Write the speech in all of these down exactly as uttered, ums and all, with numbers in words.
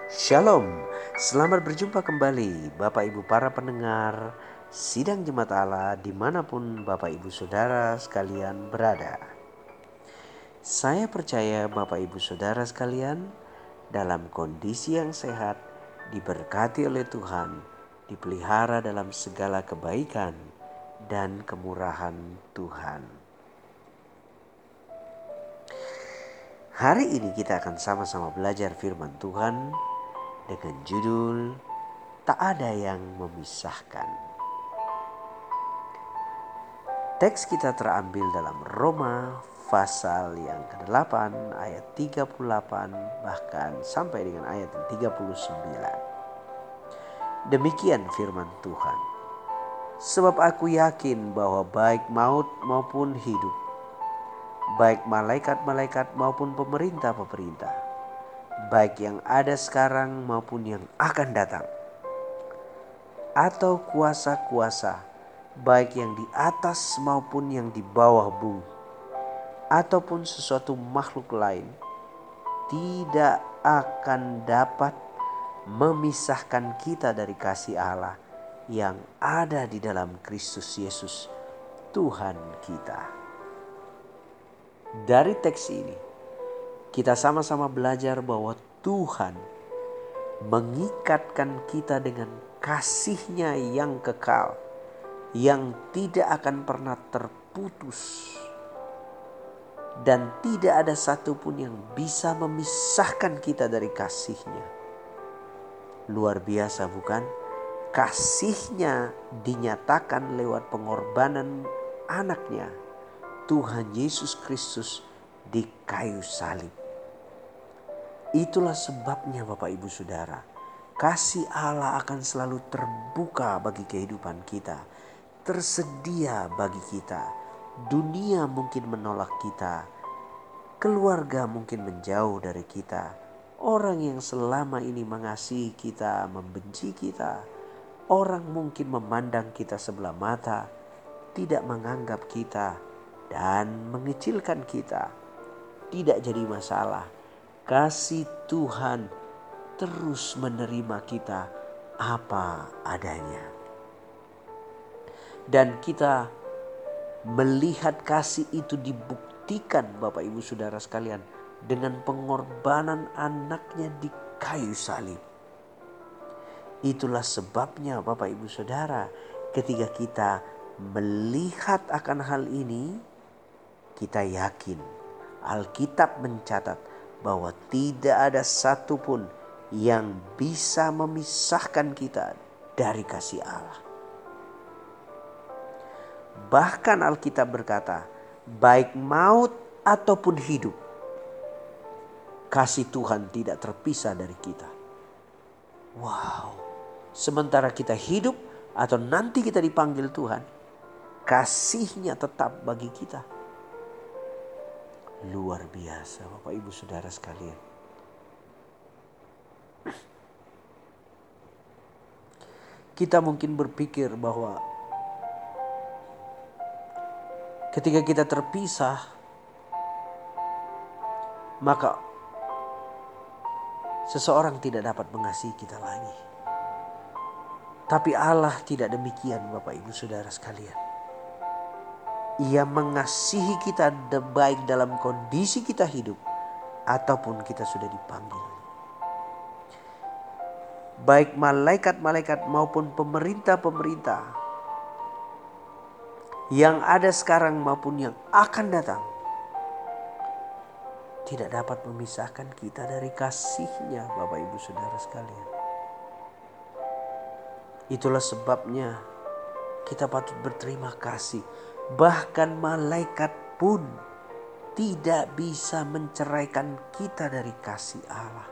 Shalom, selamat berjumpa kembali Bapak Ibu para pendengar Sidang Jemaat Allah dimanapun Bapak Ibu Saudara sekalian berada. Saya percaya Bapak Ibu Saudara sekalian dalam kondisi yang sehat, diberkati oleh Tuhan, dipelihara dalam segala kebaikan dan kemurahan Tuhan. Hari ini kita akan sama-sama belajar firman Tuhan dengan judul Tak Ada Yang Memisahkan. Teks kita terambil dalam Roma pasal yang kedelapan ayat tiga puluh delapan bahkan sampai dengan ayat tiga puluh sembilan. Demikian firman Tuhan. Sebab aku yakin bahwa baik maut maupun hidup, baik malaikat-malaikat maupun pemerintah-pemerintah, baik yang ada sekarang maupun yang akan datang, atau kuasa-kuasa, baik yang di atas maupun yang di bawah bumi, ataupun sesuatu makhluk lain, tidak akan dapat memisahkan kita dari kasih Allah yang ada di dalam Kristus Yesus, Tuhan kita. Dari teks ini, kita sama-sama belajar bahwa Tuhan mengikatkan kita dengan kasih-Nya yang kekal, yang tidak akan pernah terputus. Dan tidak ada satupun yang bisa memisahkan kita dari kasih-Nya. Luar biasa bukan? Kasih-Nya dinyatakan lewat pengorbanan anak-Nya, Tuhan Yesus Kristus di kayu salib. Itulah sebabnya Bapak Ibu Saudara, kasih Allah akan selalu terbuka bagi kehidupan kita, tersedia bagi kita. Dunia mungkin menolak kita, keluarga mungkin menjauh dari kita, orang yang selama ini mengasihi kita membenci kita, orang mungkin memandang kita sebelah mata, tidak menganggap kita dan mengecilkan kita. Tidak jadi masalah. Kasih Tuhan terus menerima kita apa adanya. Dan kita melihat kasih itu dibuktikan Bapak Ibu Saudara sekalian dengan pengorbanan anaknya di kayu salib. Itulah sebabnya Bapak Ibu Saudara, ketika kita melihat akan hal ini, kita yakin Alkitab mencatat bahwa tidak ada satupun yang bisa memisahkan kita dari kasih Allah. Bahkan Alkitab berkata, baik maut ataupun hidup, kasih Tuhan tidak terpisah dari kita. Wow, sementara kita hidup atau nanti kita dipanggil Tuhan, kasih-Nya tetap bagi kita. Luar biasa Bapak Ibu Saudara sekalian. Kita mungkin berpikir bahwa ketika kita terpisah, maka seseorang tidak dapat mengasihi kita lagi. Tapi Allah tidak demikian Bapak Ibu Saudara sekalian. Ia mengasihi kita baik dalam kondisi kita hidup ataupun kita sudah dipanggil. Baik malaikat-malaikat maupun pemerintah-pemerintah yang ada sekarang maupun yang akan datang, tidak dapat memisahkan kita dari kasih-Nya Bapak Ibu Saudara sekalian. Itulah sebabnya kita patut berterima kasih. Bahkan malaikat pun tidak bisa menceraikan kita dari kasih Allah.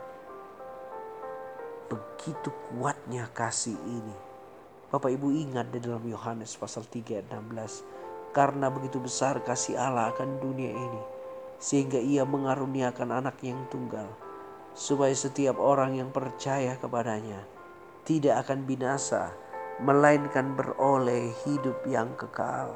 Begitu kuatnya kasih ini. Bapak Ibu ingat di dalam Yohanes pasal tiga ayat enam belas. Karena begitu besar kasih Allah akan dunia ini, sehingga Ia mengaruniakan anak yang tunggal, supaya setiap orang yang percaya kepadanya tidak akan binasa, melainkan beroleh hidup yang kekal.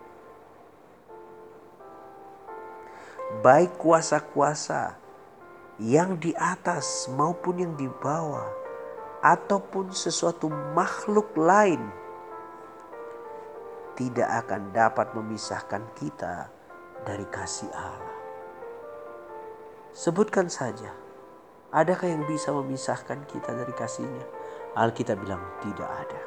Baik kuasa-kuasa, yang di atas maupun yang di bawah, ataupun sesuatu makhluk lain, tidak akan dapat memisahkan kita dari kasih Allah. Sebutkan saja, adakah yang bisa memisahkan kita dari kasih-Nya? Alkitab bilang tidak ada.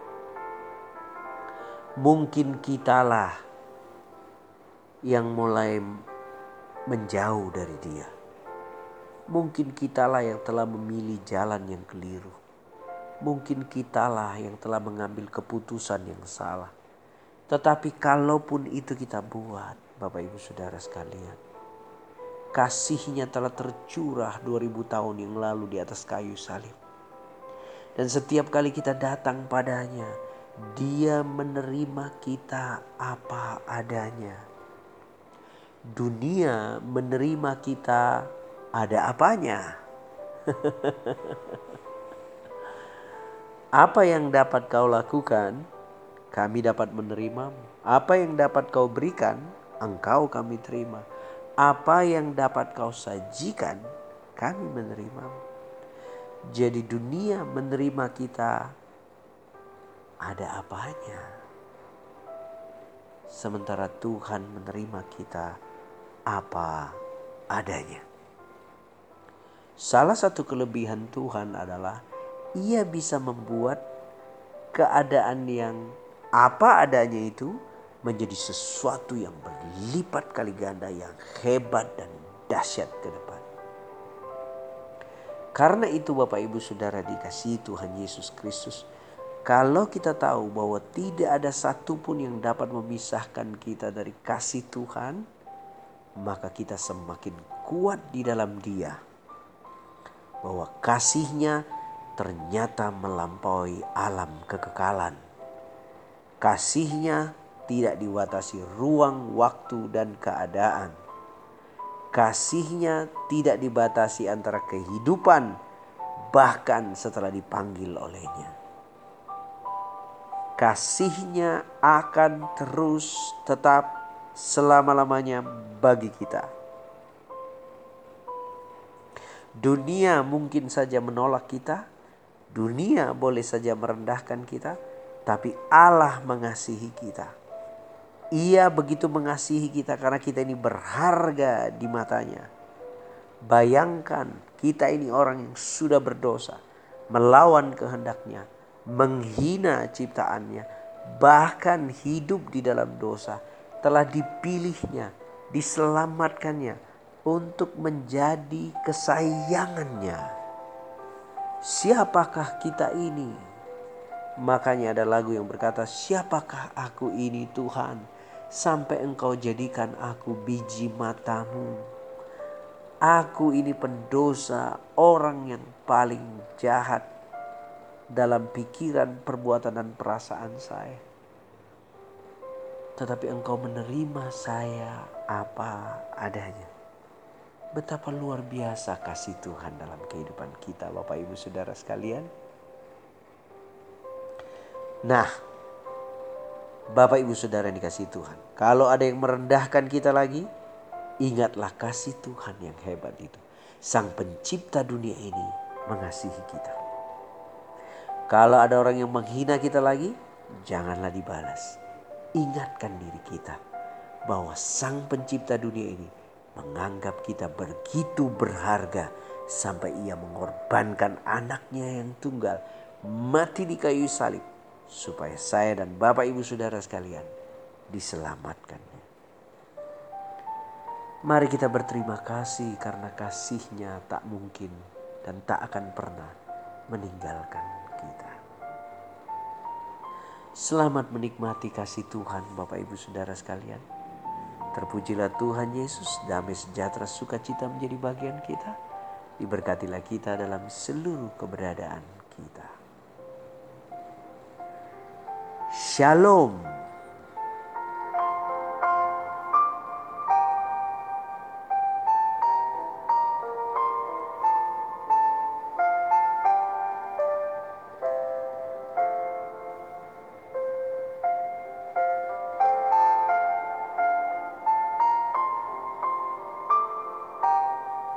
Mungkin kitalah yang mulai menjauh dari Dia. Mungkin kitalah yang telah memilih jalan yang keliru. Mungkin kitalah yang telah mengambil keputusan yang salah. Tetapi kalaupun itu kita buat, Bapak Ibu Saudara sekalian, kasih-Nya telah tercurah dua ribu tahun yang lalu di atas kayu salib. Dan setiap kali kita datang padanya, Dia menerima kita apa adanya. Dunia menerima kita ada apanya. Apa yang dapat kau lakukan, kami dapat menerimamu. Apa yang dapat kau berikan, engkau kami terima. Apa yang dapat kau sajikan, kami menerimamu. Jadi dunia menerima kita ada apanya. Sementara Tuhan menerima kita apa adanya. Salah satu kelebihan Tuhan adalah Ia bisa membuat keadaan yang apa adanya itu menjadi sesuatu yang berlipat kali ganda, yang hebat dan dahsyat ke depan. Karena itu Bapak Ibu Saudara dikasihi Tuhan Yesus Kristus, kalau kita tahu bahwa tidak ada satupun yang dapat memisahkan kita dari kasih Tuhan, maka kita semakin kuat di dalam Dia. Bahwa kasih-Nya ternyata melampaui alam kekekalan. Kasih-Nya tidak dibatasi ruang, waktu, dan keadaan. Kasih-Nya tidak dibatasi antara kehidupan, bahkan setelah dipanggil oleh-Nya. Kasih-Nya akan terus tetap selama-lamanya bagi kita. Dunia mungkin saja menolak kita, dunia boleh saja merendahkan kita, tapi Allah mengasihi kita. Ia begitu mengasihi kita karena kita ini berharga di matanya. Bayangkan kita ini orang yang sudah berdosa, melawan kehendak-Nya, menghina ciptaannya, bahkan hidup di dalam dosa, telah dipilih-Nya, diselamatkannya untuk menjadi kesayangan-Nya. Siapakah kita ini? Makanya ada lagu yang berkata, siapakah aku ini Tuhan, sampai Engkau jadikan aku biji mata-Mu. Aku ini pendosa, orang yang paling jahat dalam pikiran, perbuatan, dan perasaan saya. Tetapi Engkau menerima saya apa adanya. Betapa luar biasa kasih Tuhan dalam kehidupan kita, Bapak Ibu Saudara sekalian. Nah, Bapak Ibu Saudara yang dikasihi Tuhan, kalau ada yang merendahkan kita lagi, ingatlah kasih Tuhan yang hebat itu. Sang pencipta dunia ini mengasihi kita. Kalau ada orang yang menghina kita lagi, janganlah dibalas. Ingatkan diri kita bahwa Sang pencipta dunia ini menganggap kita begitu berharga sampai Ia mengorbankan anaknya yang tunggal mati di kayu salib supaya saya dan Bapak Ibu Saudara sekalian diselamatkan. Mari kita berterima kasih karena kasih-Nya tak mungkin dan tak akan pernah meninggalkan kita. Selamat menikmati kasih Tuhan Bapak Ibu Saudara sekalian. Terpujilah Tuhan Yesus, damai sejahtera sukacita menjadi bagian kita. Diberkatilah kita dalam seluruh keberadaan kita. Shalom.